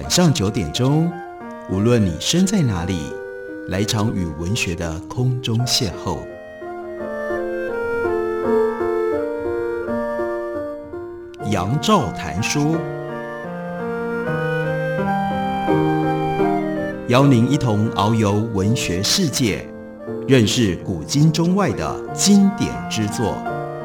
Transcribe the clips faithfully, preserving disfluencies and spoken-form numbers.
晚上九点钟，无论你身在哪里，来场与文学的空中邂逅。杨照谈书，邀您一同遨游文学世界，认识古今中外的经典之作。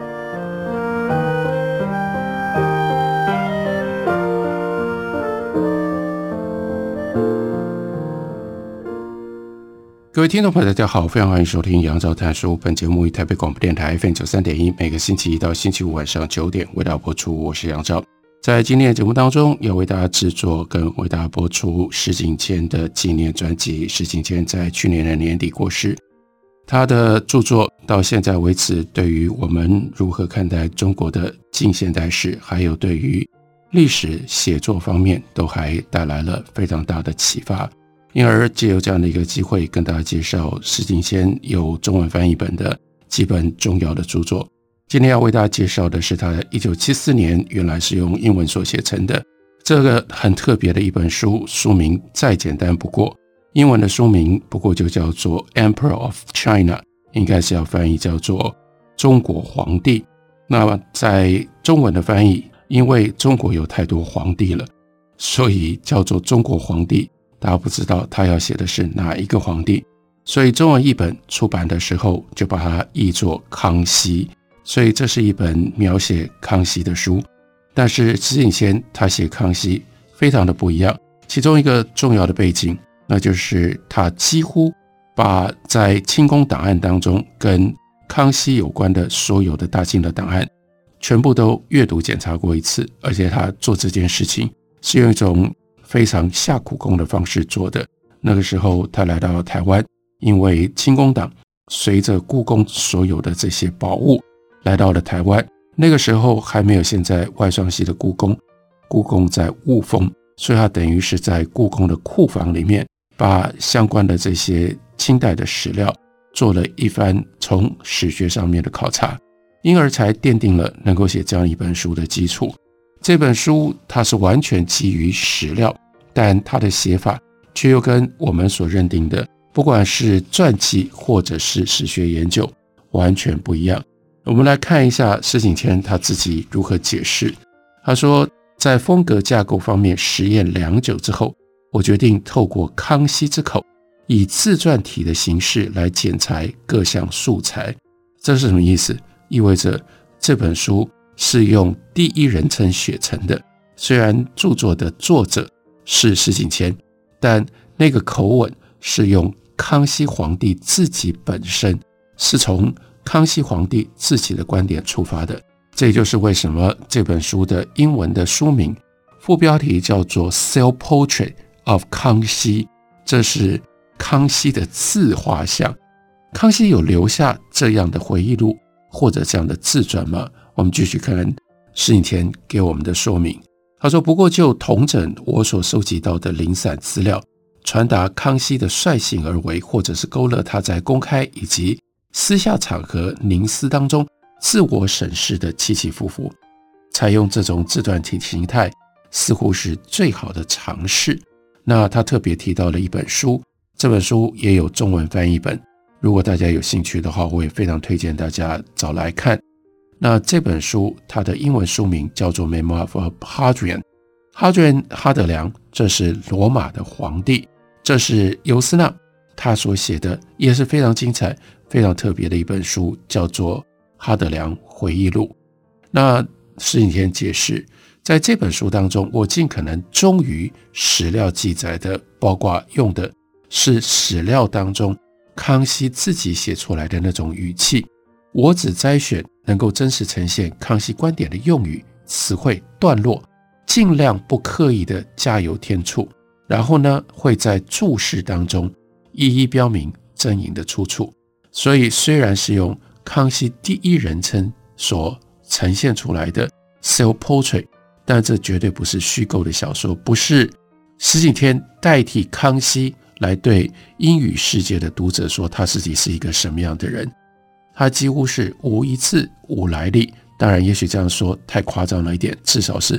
各位听众朋友大家好，非常欢迎收听杨照谈书。本节目于台北广播电台 F M 九十三点一， 每个星期一到星期五晚上九点为大家播出。我是杨照。在今天的节目当中，要为大家制作跟为大家播出石景谦的纪念专辑。石景谦在去年的年底过世，他的著作到现在为止，对于我们如何看待中国的近现代史，还有对于历史写作方面，都还带来了非常大的启发。因而藉由这样的一个机会，跟大家介绍石景谦有中文翻译本的几本重要的著作。今天要为大家介绍的是他一九七四年原来是用英文所写成的这个很特别的一本书，书名再简单不过，英文的书名不过就叫做 Emperor of China， 应该是要翻译叫做中国皇帝。那么在中文的翻译，因为中国有太多皇帝了，所以叫做中国皇帝，大家不知道他要写的是哪一个皇帝，所以中文译本出版的时候就把它译作康熙，所以这是一本描写康熙的书。但是石景谦他写康熙非常的不一样，其中一个重要的背景，那就是他几乎把在清宫档案当中跟康熙有关的所有的大清的档案全部都阅读检查过一次，而且他做这件事情是用一种非常下苦功的方式做的。那个时候他来到台湾，因为清宫党随着故宫所有的这些宝物来到了台湾，那个时候还没有现在外双溪的故宫，故宫在雾峰，所以他等于是在故宫的库房里面把相关的这些清代的史料做了一番从史学上面的考察，因而才奠定了能够写这样一本书的基础。这本书它是完全基于史料，但它的写法却又跟我们所认定的不管是传记或者是史学研究完全不一样。我们来看一下石景谦他自己如何解释。他说，在风格架构方面实验良久之后，我决定透过康熙之口，以自传体的形式来剪裁各项素材。这是什么意思？意味着这本书是用第一人称写成的，虽然著作的作者是石景谦，但那个口吻是用康熙皇帝自己本身，是从康熙皇帝自己的观点出发的。这也就是为什么这本书的英文的书名副标题叫做 Self Portrait of 康熙，这是康熙的自画像。康熙有留下这样的回忆录或者这样的自传吗？我们继续看石景谦给我们的说明。他说，不过就统整我所收集到的零散资料，传达康熙的率性而为，或者是勾勒他在公开以及私下场合凝思当中自我审视的起起伏伏，采用这种自传体形态似乎是最好的尝试。那他特别提到了一本书，这本书也有中文翻译本，如果大家有兴趣的话，我也非常推荐大家找来看。那这本书它的英文书名叫做 Memoir of Hadrian， Hadrian 哈德良，这是罗马的皇帝，这是尤斯纳他所写的也是非常精彩非常特别的一本书，叫做哈德良回忆录。那石景谦解释，在这本书当中，我尽可能忠于史料记载的，包括用的是史料当中康熙自己写出来的那种语气，我只摘选能够真实呈现康熙观点的用语、词汇、段落，尽量不刻意的加油添醋，然后呢，会在注释当中一一标明真引的出处。所以虽然是用康熙第一人称所呈现出来的 self portrait， 但这绝对不是虚构的小说，不是石景谦代替康熙来对英语世界的读者说他自己是一个什么样的人，他几乎是无一字无来历。当然也许这样说太夸张了一点，至少是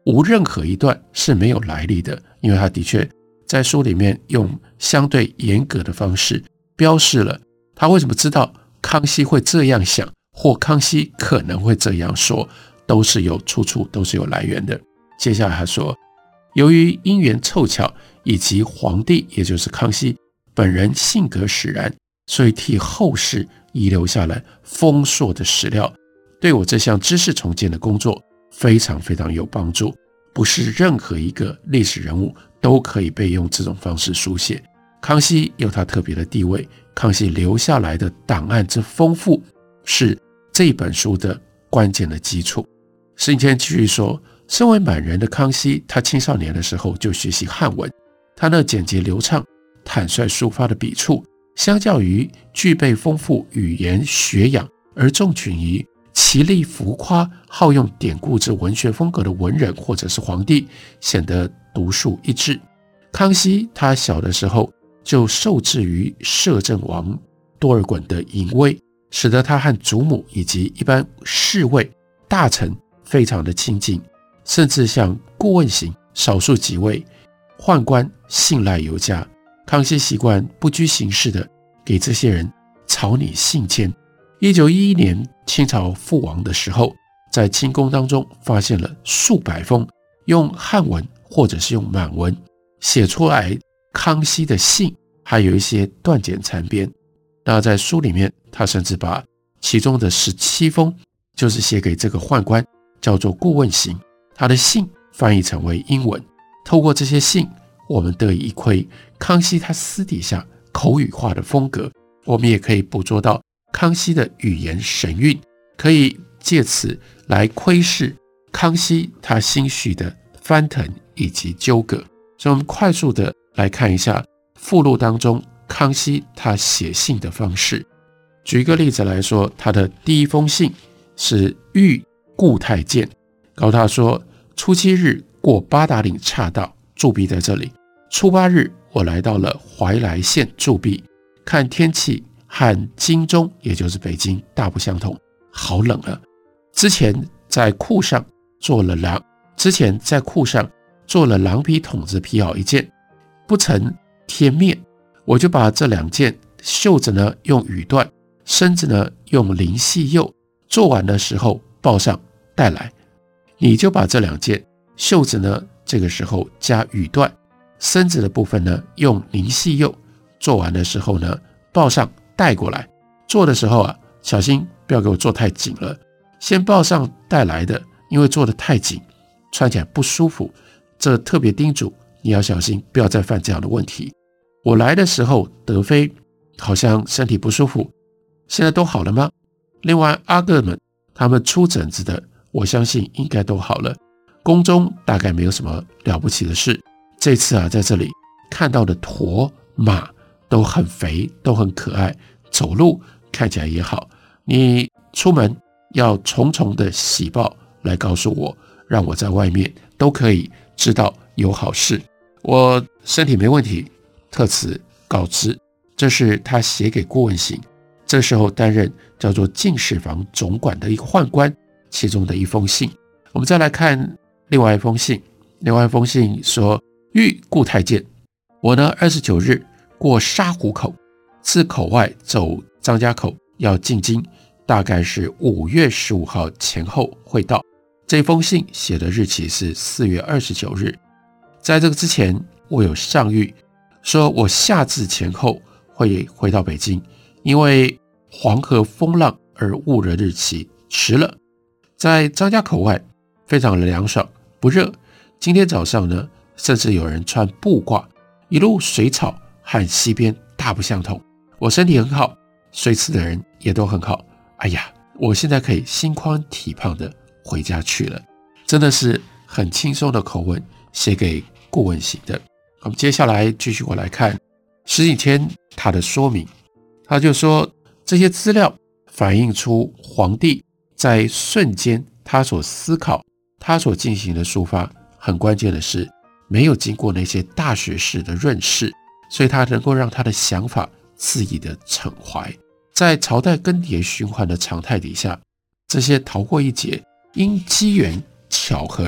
无任何一段是没有来历的，因为他的确在书里面用相对严格的方式标示了他为什么知道康熙会这样想，或康熙可能会这样说，都是有出处，都是有来源的。接下来他说，由于因缘凑巧，以及皇帝也就是康熙本人性格使然，所以替后世遗留下来丰硕的史料，对我这项知识重建的工作非常非常有帮助。不是任何一个历史人物都可以被用这种方式书写。康熙有他特别的地位，康熙留下来的档案之丰富，是这本书的关键的基础。石景谦继续说，身为满人的康熙，他青少年的时候就学习汉文，他那简洁流畅、坦率抒发的笔触，相较于具备丰富语言学养而重群于奇丽浮夸、好用典故之文学风格的文人或者是皇帝，显得独树一帜。康熙他小的时候就受制于摄政王多尔衮的淫威，使得他和祖母以及一般侍卫大臣非常的亲近，甚至像顾问行少数几位宦官信赖有加。康熙习惯不拘形式的给这些人草拟信笺。一九一一年清朝覆亡的时候，在清宫当中发现了数百封用汉文或者是用满文写出来康熙的信，还有一些断简残编。那在书里面，他甚至把其中的十七封就是写给这个宦官，叫做顾问行，他的信翻译成为英文。透过这些信，我们得以一窥康熙他私底下口语化的风格，我们也可以捕捉到康熙的语言神韵，可以借此来窥视康熙他心绪的翻腾以及纠葛。所以我们快速的来看一下附录当中康熙他写信的方式。举一个例子来说，他的第一封信是谕顾太监，告诉他说，初七日过八达岭岔道，驻跸在这里。初八日我来到了怀来县驻跸，看天气和京中也就是北京大不相同，好冷啊。之前在裤上做了狼之前在裤上做了狼皮筒子皮袄一件，不曾贴面，我就把这两件袖子呢用羽缎，身子呢用绫细釉，做完的时候报上带来。你就把这两件袖子呢这个时候加羽缎，身子的部分呢用绫细釉，做完的时候呢报上带过来。做的时候啊，小心不要给我做太紧了，先报上带来的，因为做得太紧穿起来不舒服，这特别叮嘱你要小心，不要再犯这样的问题。我来的时候德妃好像身体不舒服，现在都好了吗？另外阿哥们他们出疹子的，我相信应该都好了，宫中大概没有什么了不起的事。这次啊，在这里看到的驼马都很肥，都很可爱，走路看起来也好。你出门要重重的喜报来告诉我，让我在外面都可以知道有好事。我身体没问题，特此告知。这是他写给顾问行，这时候担任叫做进士房总管的一个宦官，其中的一封信。我们再来看另外一封信，另外一封信说，谕顾太监，我呢二十九日过沙湖口，自口外走张家口要进京，大概是五月十五号前后会到。这封信写的日期是四月二十九日。在这个之前，我有上谕说我夏至前后会回到北京，因为黄河风浪而误了日期，迟了。在张家口外非常的凉爽，不热。今天早上呢，甚至有人穿布褂，一路水草和西边大不相同。我身体很好，随侍的人也都很好。哎呀，我现在可以心宽体胖的回家去了。真的是很轻松的口吻写给顾问行的。我们接下来继续过来看石景谦他的说明。他就说，这些资料反映出皇帝在瞬间他所思考，他所进行的抒发，很关键的是没有经过那些大学士的润饰，所以他能够让他的想法恣意的骋怀。在朝代更迭循环的常态底下，这些逃过一劫，因机缘巧合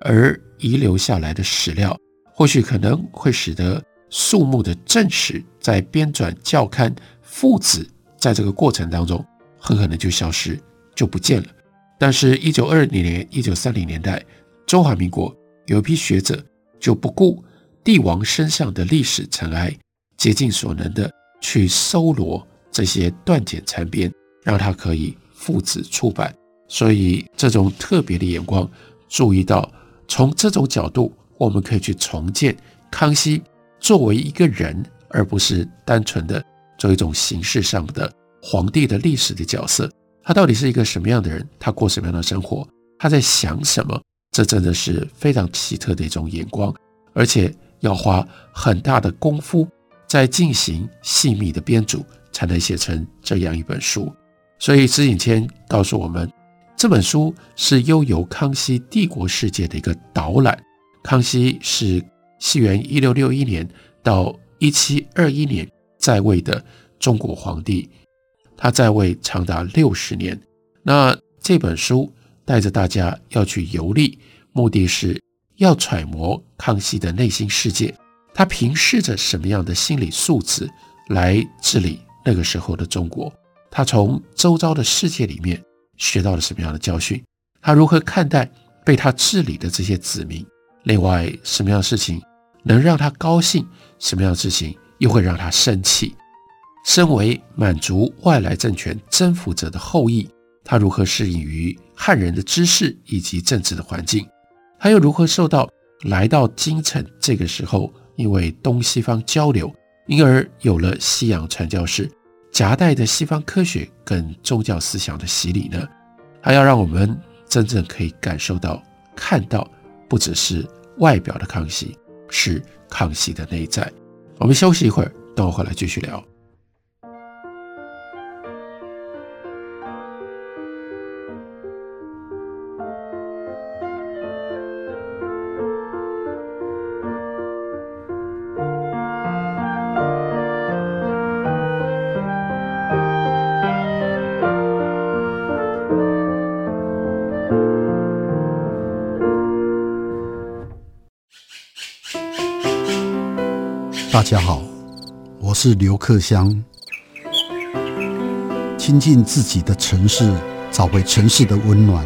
而遗留下来的史料，或许可能会使得肃穆的正史在编纂校刊父子在这个过程当中很可能就消失就不见了。但是一九二零年一九三零年代，中华民国有一批学者就不顾帝王身上的历史尘埃，竭尽所能的去搜罗这些断简残编，让它可以父子出版。所以这种特别的眼光，注意到从这种角度我们可以去重建康熙作为一个人，而不是单纯的做一种形式上的皇帝的历史的角色。他到底是一个什么样的人，他过什么样的生活，他在想什么，这真的是非常奇特的一种眼光，而且要花很大的功夫在进行细密的编组，才能写成这样一本书。所以施景谦告诉我们，这本书是悠游康熙帝国世界的一个导览。康熙是西元一六六一年到一七二一年在位的中国皇帝，他在位长达六十年。那这本书带着大家要去游历，目的是要揣摩康熙的内心世界，他凭视着什么样的心理素质来治理那个时候的中国，他从周遭的世界里面学到了什么样的教训，他如何看待被他治理的这些子民，另外什么样的事情能让他高兴，什么样的事情又会让他生气。身为满族外来政权征服者的后裔，他如何适应于汉人的知识以及政治的环境，他又如何受到来到京城这个时候因为东西方交流，因而有了西洋传教士夹带的西方科学跟宗教思想的洗礼呢？他要让我们真正可以感受到看到，不只是外表的康熙，是康熙的内在。我们休息一会儿，等我回来继续聊。 大家好，我是刘克襄。亲近自己的城市，找回城市的温暖。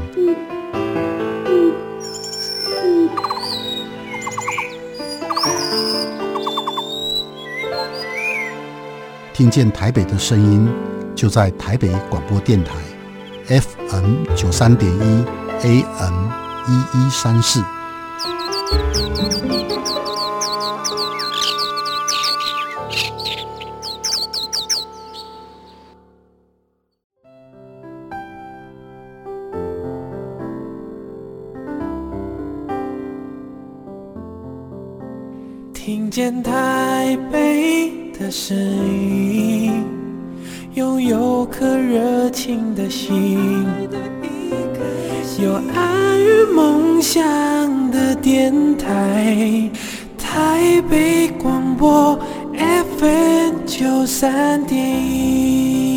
听见台北的声音，就在台北广播电台 F M 九三点一 A M 一一三四。 听见台北的声音，拥有颗热情的心，有爱与梦想的电台，台北广播 F M 九三点一。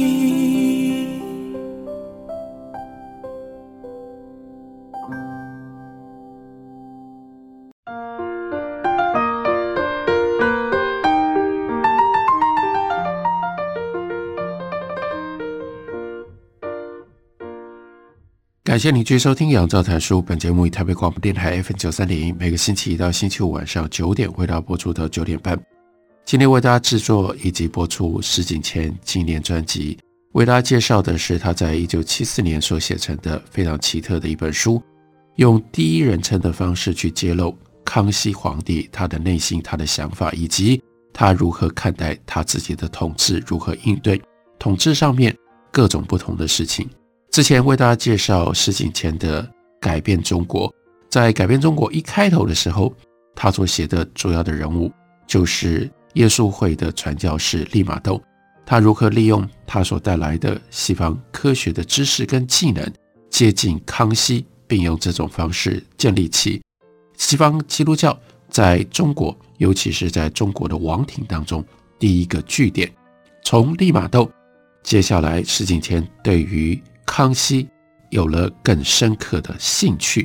感谢您继续收听杨照谈书，本节目以台北广播电台 F M 九三点一，每个星期一到星期五晚上九点为大家播出到九点半。今天为大家制作以及播出施景谦纪念专辑，为大家介绍的是他在一九七四年所写成的非常奇特的一本书，用第一人称的方式去揭露康熙皇帝他的内心、他的想法，以及他如何看待他自己的统治，如何应对统治上面各种不同的事情。之前为大家介绍施景谦的改变中国，在改变中国一开头的时候，他所写的主要的人物就是耶稣会的传教士利玛窦，他如何利用他所带来的西方科学的知识跟技能接近康熙，并用这种方式建立起西方基督教在中国，尤其是在中国的王庭当中第一个据点。从利玛窦，接下来施景谦对于康熙有了更深刻的兴趣，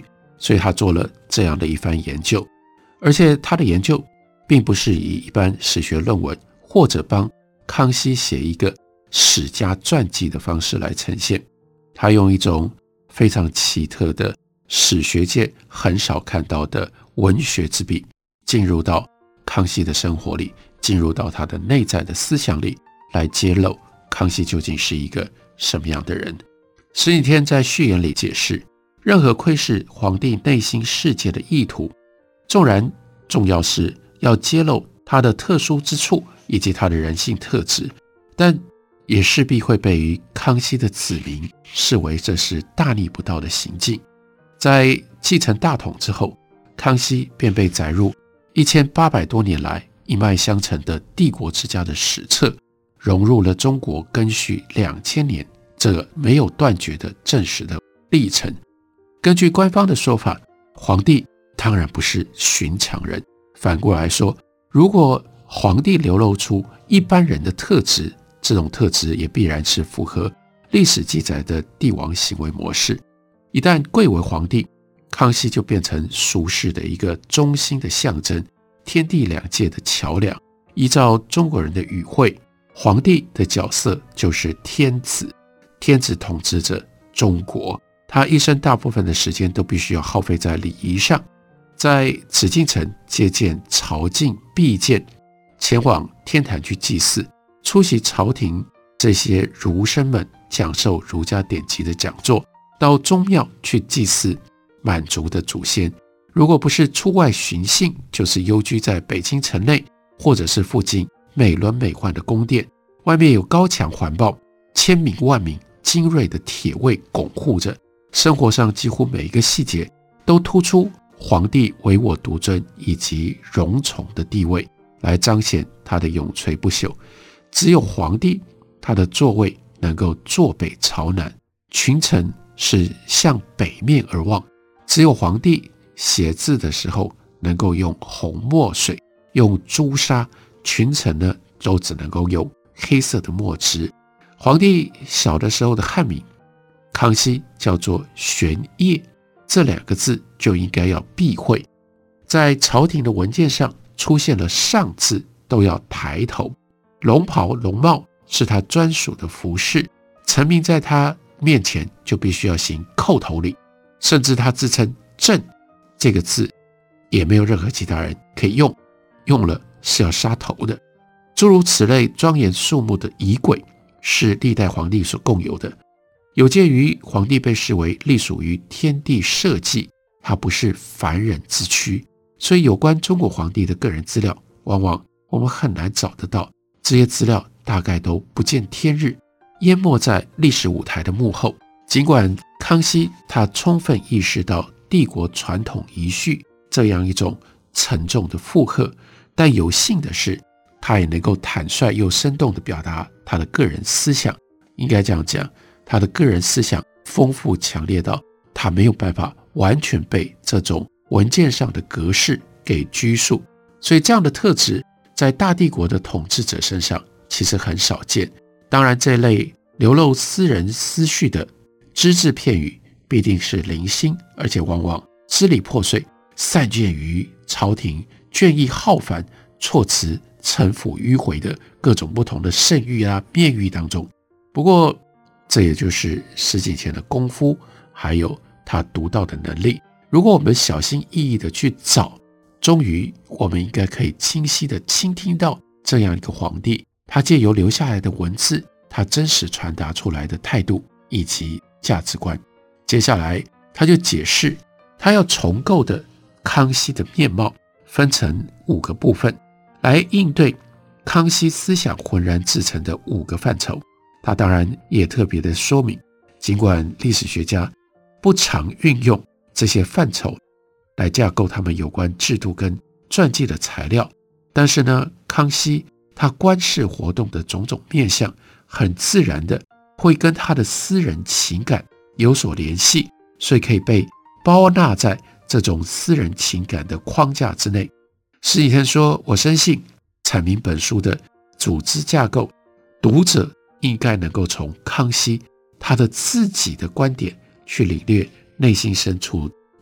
所以他做了这样的一番研究。而且他的研究并不是以一般史学论文或者帮康熙写一个史家传记的方式来呈现，他用一种非常奇特的史学界很少看到的文学之笔，进入到康熙的生活里，进入到他的内在的思想里，来揭露康熙究竟是一个什么样的人。石景天在序言里解释，任何窥视皇帝内心世界的意图，纵然重要是要揭露他的特殊之处以及他的人性特质，但也势必会被于康熙的子民视为这是大逆不道的行径。在继承大统之后，康熙便被载入一千八百多年来一脉相承的帝国之家的史册，融入了中国根续两千年这个没有断绝的正史的历程。根据官方的说法，皇帝当然不是寻常人，反过来说，如果皇帝流露出一般人的特质，这种特质也必然是符合历史记载的帝王行为模式。一旦贵为皇帝，康熙就变成俗世的一个中心的象征，天地两界的桥梁。依照中国人的语汇，皇帝的角色就是天子，天子统治着中国，他一生大部分的时间都必须要耗费在礼仪上，在紫禁城接见朝觐必见，前往天坛去祭祀，出席朝廷这些儒生们讲授儒家典籍的讲座，到宗庙去祭祀满族的祖先。如果不是出外巡幸，就是幽居在北京城内，或者是附近美轮美奂的宫殿，外面有高墙环抱，千名万名精锐的铁卫拱护着，生活上几乎每一个细节都突出皇帝唯我独尊以及荣宠的地位，来彰显他的永垂不朽。只有皇帝，他的座位能够坐北朝南，群臣是向北面而望，只有皇帝写字的时候能够用红墨水，用朱砂，群臣呢都只能够用黑色的墨汁。皇帝小的时候的汉名康熙叫做玄烨，这两个字就应该要避讳。在朝廷的文件上出现了上字都要抬头，龙袍龙帽是他专属的服饰，臣民在他面前就必须要行叩头礼，甚至他自称朕这个字也没有任何其他人可以用，用了是要杀头的。诸如此类庄严肃穆的仪轨是历代皇帝所共有的，有鉴于皇帝被视为隶属于天地社稷，他不是凡人之躯，所以有关中国皇帝的个人资料往往我们很难找得到，这些资料大概都不见天日，淹没在历史舞台的幕后。尽管康熙他充分意识到帝国传统遗绪这样一种沉重的负荷，但有幸的是他也能够坦率又生动地表达他的个人思想。应该这样讲，他的个人思想丰富强烈到他没有办法完全被这种文件上的格式给拘束，所以这样的特质在大帝国的统治者身上其实很少见。当然这类流露私人思绪的只字片语必定是零星，而且往往支离破碎，散见于朝廷倦意浩繁、措辞城府迂回的各种不同的圣谕啊、辩谕当中。不过这也就是石景天的功夫，还有他独到的能力。如果我们小心翼翼的去找，终于我们应该可以清晰的倾听到这样一个皇帝，他借由留下来的文字，他真实传达出来的态度以及价值观。接下来他就解释他要重构的康熙的面貌分成五个部分，来应对康熙思想浑然制成的五个范畴。他当然也特别的说明，尽管历史学家不常运用这些范畴来架构他们有关制度跟传记的材料，但是呢，康熙他官事活动的种种面向很自然的会跟他的私人情感有所联系，所以可以被包纳在这种私人情感的框架之内。石景天说，我深信阐明本书的组织架构，读者应该能够从康熙他的自己的观点去领略内心深处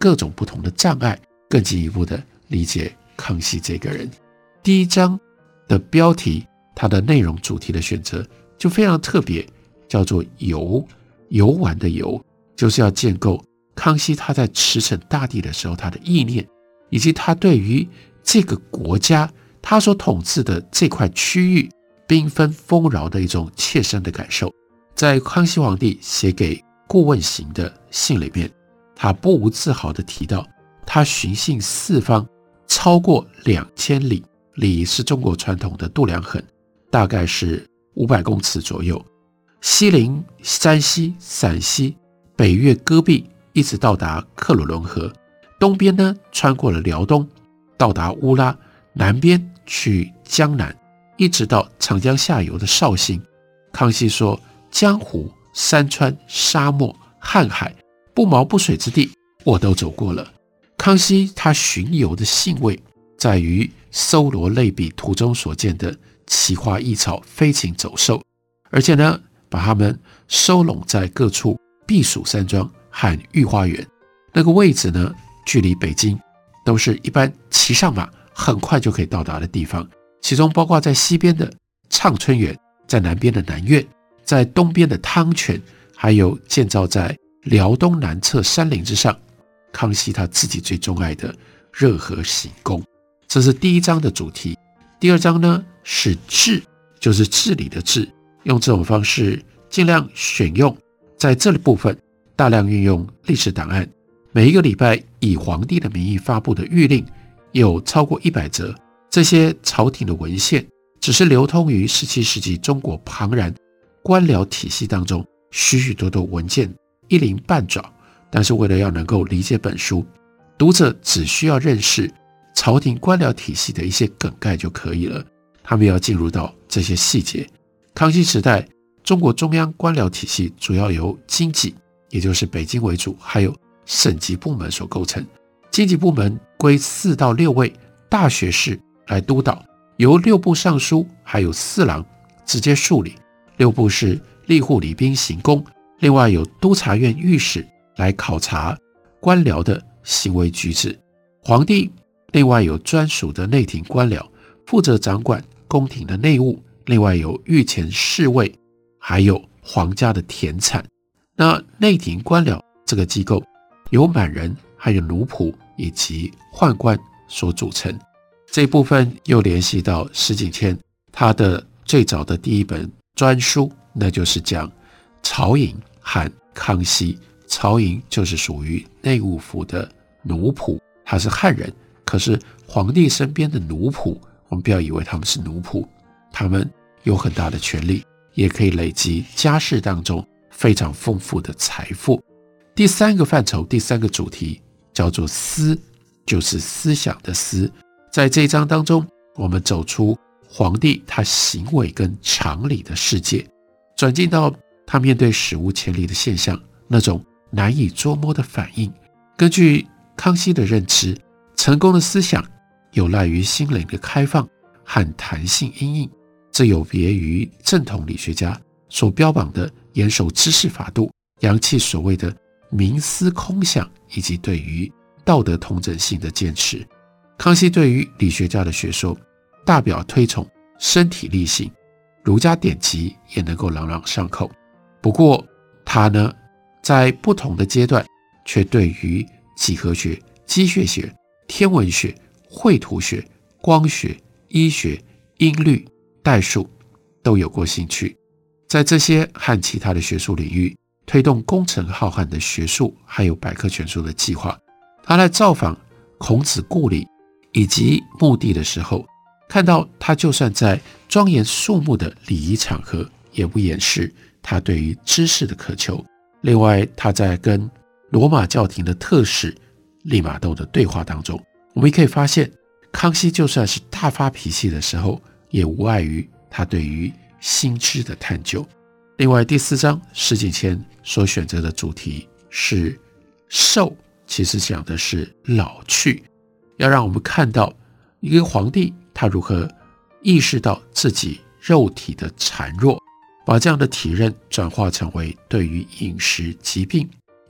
各种不同的障碍，更进一步的理解康熙这个人。第一章的标题，它的内容主题的选择就非常特别，叫做游，游玩的游，就是要建构康熙他在驰骋大地的时候他的意念，以及他对于这个国家他所统治的这块区域缤纷丰饶的一种切身的感受。在康熙皇帝写给顾问行的信里面，他不无自豪地提到，他巡幸四方超过两千里，里是中国传统的度量衡，大概是五百公尺左右，西临山西、陕西，北越戈壁，一直到达克鲁伦河，东边呢穿过了辽东，到达乌拉，南边去江南，一直到长江下游的绍兴。康熙说，江湖、山川、沙漠、瀚海，不毛不水之地我都走过了。康熙他巡游的兴味在于搜罗类比图中所见的奇花异草、飞禽走兽，而且呢把它们收拢在各处避暑山庄和御花园。那个位置呢距离北京都是一般骑上马很快就可以到达的地方，其中包括在西边的畅春园，在南边的南苑，在东边的汤泉，还有建造在辽东南侧山林之上康熙他自己最钟爱的热河行宫。这是第一章的主题。第二章呢是治，就是治理的治，用这种方式尽量选用在这里部分大量运用历史档案，每一个礼拜以皇帝的名义发布的谕令有超过一百则，这些朝廷的文献只是流通于十七世纪中国庞然官僚体系当中许许多多文件一鳞半爪，但是为了要能够理解本书，读者只需要认识朝廷官僚体系的一些梗概就可以了，他们要进入到这些细节。康熙时代中国中央官僚体系主要由经济，也就是北京为主，还有省级部门所构成。经济部门归四到六位大学士来督导，由六部尚书还有四郎直接处理，六部是吏户礼兵刑工，另外有督察院御史来考察官僚的行为举止。皇帝另外有专属的内廷官僚，负责掌管宫廷的内务，另外有御前侍卫，还有皇家的田产。那内廷官僚这个机构由满人还有奴仆以及宦官所组成。这一部分又联系到石景谦他的最早的第一本专书，那就是讲曹寅和康熙。曹寅就是属于内务府的奴仆，他是汉人，可是皇帝身边的奴仆，我们不要以为他们是奴仆，他们有很大的权力，也可以累积家世当中非常丰富的财富。第三个范畴，第三个主题叫做思，就是思想的思。在这一章当中，我们走出皇帝他行为跟常理的世界，转进到他面对史无前例的现象那种难以捉摸的反应。根据康熙的认知，成功的思想有赖于心灵的开放和弹性因应，这有别于正统理学家所标榜的严守知识法度，扬弃所谓的冥思空想，以及对于道德统整性的坚持。康熙对于理学家的学说大表推崇身体力行，儒家典籍也能够朗朗上口。不过他呢，在不同的阶段却对于几何学、机械学、天文学、绘图学、光学、医学、音律、代数都有过兴趣。在这些和其他的学术领域推动工程浩瀚的学术还有百科全书的计划。他来造访孔子故里以及墓地的时候，看到他就算在庄严肃穆的礼仪场合，也不掩饰他对于知识的渴求。另外，他在跟罗马教廷的特使利玛窦的对话当中，我们也可以发现，康熙就算是大发脾气的时候，也无碍于他对于新知的探究。另外，第四章石景谦所选择的主题是寿，其实讲的是老去，要让我们看到一个皇帝他如何意识到自己肉体的孱弱，把这样的体认转化成为对于饮食、疾病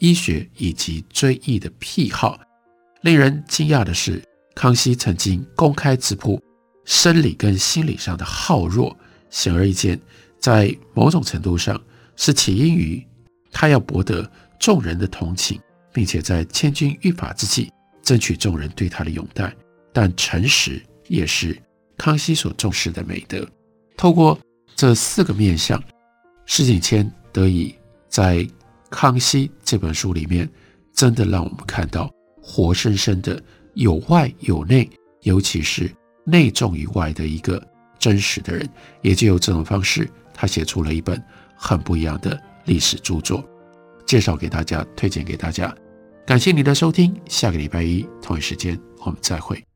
医学以及追忆的癖好。令人惊讶的是，康熙曾经公开直呼生理跟心理上的好弱，显而易见，在某种程度上是起因于他要博得众人的同情，并且在千钧一发之际争取众人对他的拥戴。但诚实也是康熙所重视的美德。透过这四个面向，施景谦得以在《康熙》这本书里面，真的让我们看到活生生的有外有内，尤其是内重于外的一个真实的人。也就有这种方式，他写出了一本很不一样的历史著作，介绍给大家，推荐给大家。感谢你的收听，下个礼拜一同一时间我们再会。